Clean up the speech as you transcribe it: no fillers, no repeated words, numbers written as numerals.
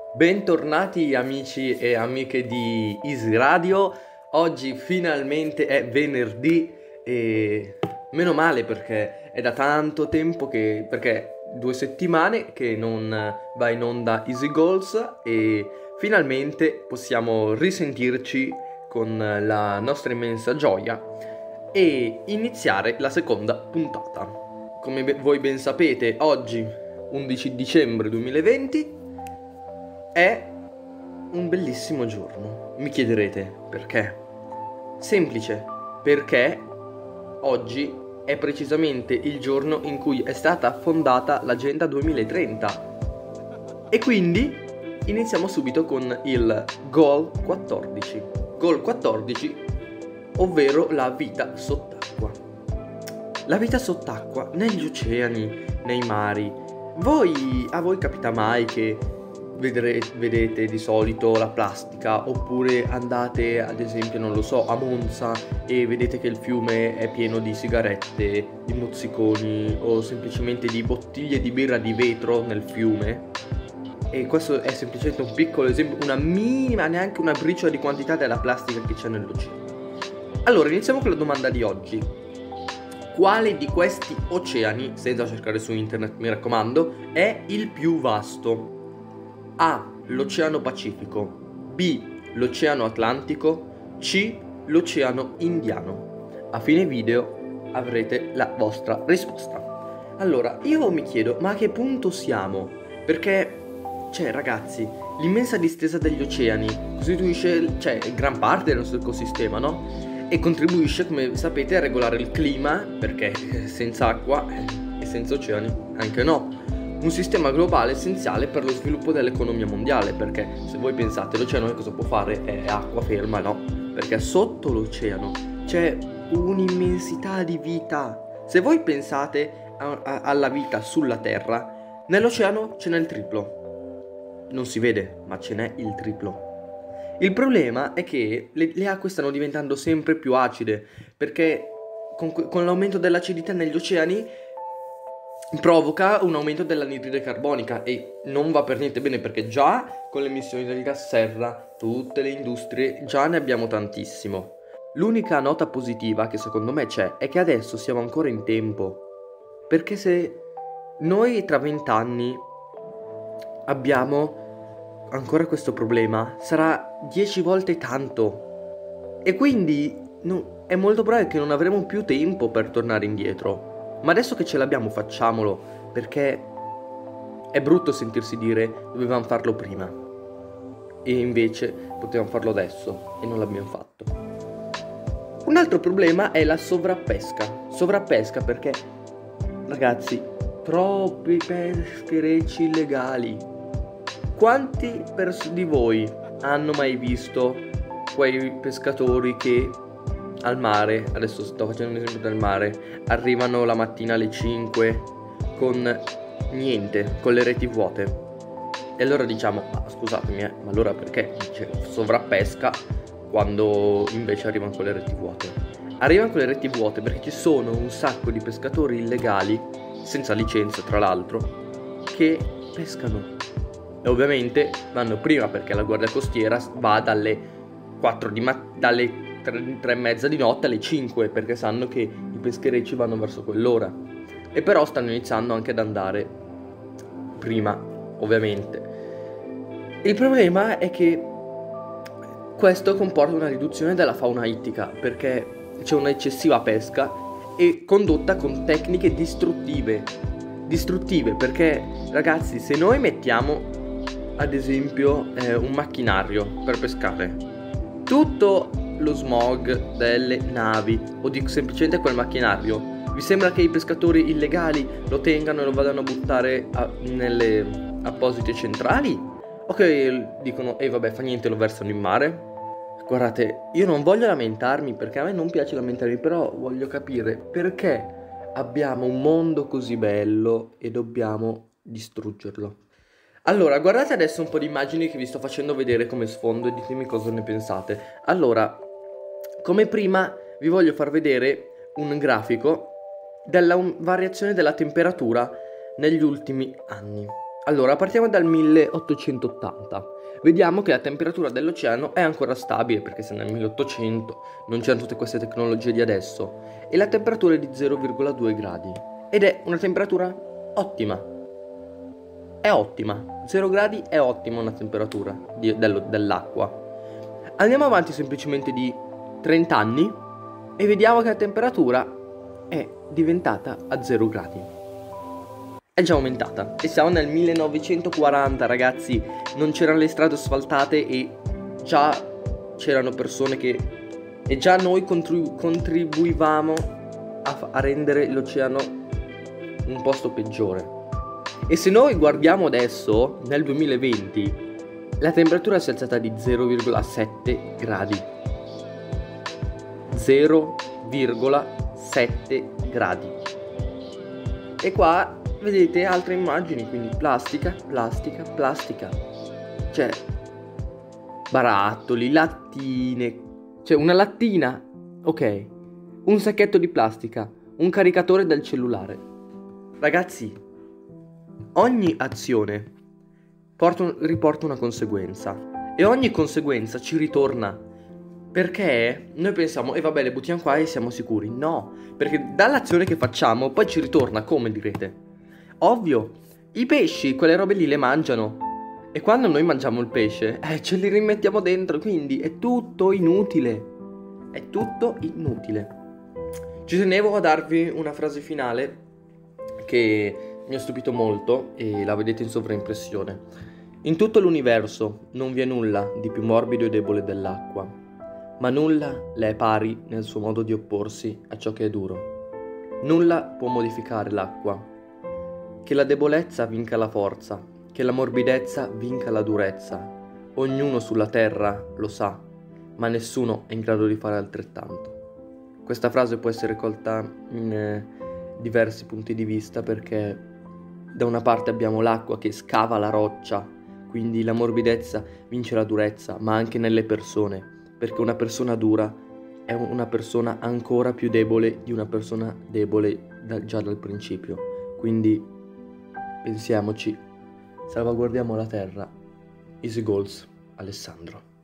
Bentornati amici e amiche di Easy Radio. Oggi finalmente è venerdì e meno male perché è da tanto tempo perché 2 settimane che non va in onda Easy Goals e finalmente possiamo risentirci con la nostra immensa gioia e iniziare la seconda puntata. Come voi ben sapete, oggi 11 dicembre 2020 è un bellissimo giorno. Mi chiederete perché? Semplice, perché oggi è precisamente il giorno in cui è stata fondata l'Agenda 2030. E quindi iniziamo subito con il Goal 14. Goal 14, ovvero la vita sott'acqua. La vita sott'acqua negli oceani, nei mari. A voi capita mai che vedete di solito la plastica, oppure andate ad esempio, non lo so, a Monza e vedete che il fiume è pieno di sigarette, di mozziconi o semplicemente di bottiglie di birra di vetro nel fiume? E questo è semplicemente un piccolo esempio, una minima, neanche una briciola di quantità della plastica che c'è nell'oceano. Allora, iniziamo con la domanda di oggi. Quale di questi oceani, senza cercare su internet mi raccomando, è il più vasto? A. L'Oceano Pacifico. B. L'Oceano Atlantico. C. L'Oceano Indiano. A fine video avrete la vostra risposta. Allora, io mi chiedo, ma a che punto siamo? Perché, ragazzi, l'immensa distesa degli oceani costituisce, gran parte del nostro ecosistema, no? E contribuisce, come sapete, a regolare il clima, perché senza acqua e senza oceani anche no. Un sistema globale essenziale per lo sviluppo dell'economia mondiale, perché se voi pensate l'oceano che cosa può fare? È acqua ferma, no? Perché sotto l'oceano c'è un'immensità di vita. Se voi pensate alla vita sulla Terra, nell'oceano ce n'è il triplo. Non si vede, ma ce n'è il triplo. Il problema è che le acque stanno diventando sempre più acide, perché con l'aumento dell'acidità negli oceani provoca un aumento dell'anidride carbonica e non va per niente bene, perché già con le emissioni del gas serra, tutte le industrie, già ne abbiamo tantissimo. L'unica nota positiva che secondo me c'è è che adesso siamo ancora in tempo, perché se noi tra 20 anni abbiamo ancora questo problema, sarà 10 volte tanto e quindi è molto probabile che non avremo più tempo per tornare indietro. Ma adesso che ce l'abbiamo, facciamolo, perché è brutto sentirsi dire dovevamo farlo prima e invece potevamo farlo adesso e non l'abbiamo fatto. Un altro problema è la sovrappesca perché, ragazzi, troppi pescherecci illegali. Quanti di voi hanno mai visto quei pescatori che al mare, adesso sto facendo un esempio del mare, arrivano la mattina alle 5 con niente, con le reti vuote? E allora diciamo, ma scusatemi, ma allora perché c'è sovrappesca quando invece arrivano con le reti vuote? Arrivano con le reti vuote perché ci sono un sacco di pescatori illegali, senza licenza tra l'altro, che pescano. E ovviamente vanno prima, perché la guardia costiera va dalle 4 dalle 3 e mezza di notte alle 5, perché sanno che i pescherecci vanno verso quell'ora. E però stanno iniziando anche ad andare prima, ovviamente. Il problema è che questo comporta una riduzione della fauna ittica, perché c'è un'eccessiva pesca e condotta con tecniche distruttive, perché, ragazzi, se noi mettiamo ad esempio un macchinario per pescare, tutto lo smog delle navi o di semplicemente quel macchinario, vi sembra che i pescatori illegali lo tengano e lo vadano a buttare nelle apposite centrali? O che dicono vabbè, fa niente, lo versano in mare? Guardate, io non voglio lamentarmi, perché a me non piace lamentarmi, però voglio capire perché abbiamo un mondo così bello e dobbiamo distruggerlo. Allora, guardate adesso un po' di immagini che vi sto facendo vedere come sfondo e ditemi cosa ne pensate. Allora, come prima vi voglio far vedere un grafico della variazione della temperatura negli ultimi anni. Allora, partiamo dal 1880. Vediamo che la temperatura dell'oceano è ancora stabile, perché se nel 1800 non c'erano tutte queste tecnologie di adesso, e la temperatura è di 0,2 gradi. Ed è una temperatura ottima. È ottima. 0 gradi è ottima una temperatura dell'acqua. Andiamo avanti semplicemente di 30 anni e vediamo che la temperatura è diventata a 0 gradi. È già aumentata e siamo nel 1940, ragazzi. Non c'erano le strade asfaltate e già c'erano persone e già noi contribuivamo a rendere l'oceano un posto peggiore. E se noi guardiamo adesso, nel 2020, la temperatura si è alzata di 0,7 gradi. 0,7 gradi. E qua vedete altre immagini, quindi plastica, plastica, plastica. Cioè, barattoli, lattine. Cioè, una lattina, ok. Un sacchetto di plastica, un caricatore del cellulare. Ragazzi, ogni azione riporta una conseguenza. E ogni conseguenza ci ritorna. Perché noi pensiamo, vabbè, le buttiamo qua e siamo sicuri. No, perché dall'azione che facciamo poi ci ritorna, come direte? Ovvio, i pesci, quelle robe lì le mangiano. E quando noi mangiamo il pesce, ce li rimettiamo dentro, quindi è tutto inutile. È tutto inutile. Ci tenevo a darvi una frase finale che mi ha stupito molto e la vedete in sovraimpressione. In tutto l'universo non vi è nulla di più morbido e debole dell'acqua, ma nulla le è pari nel suo modo di opporsi a ciò che è duro. Nulla può modificare l'acqua. Che la debolezza vinca la forza, che la morbidezza vinca la durezza. Ognuno sulla terra lo sa, ma nessuno è in grado di fare altrettanto. Questa frase può essere colta in diversi punti di vista, perché da una parte abbiamo l'acqua che scava la roccia, quindi la morbidezza vince la durezza, ma anche nelle persone, perché una persona dura è una persona ancora più debole di una persona debole già dal principio. Quindi pensiamoci, salvaguardiamo la terra. Easy goals, Alessandro.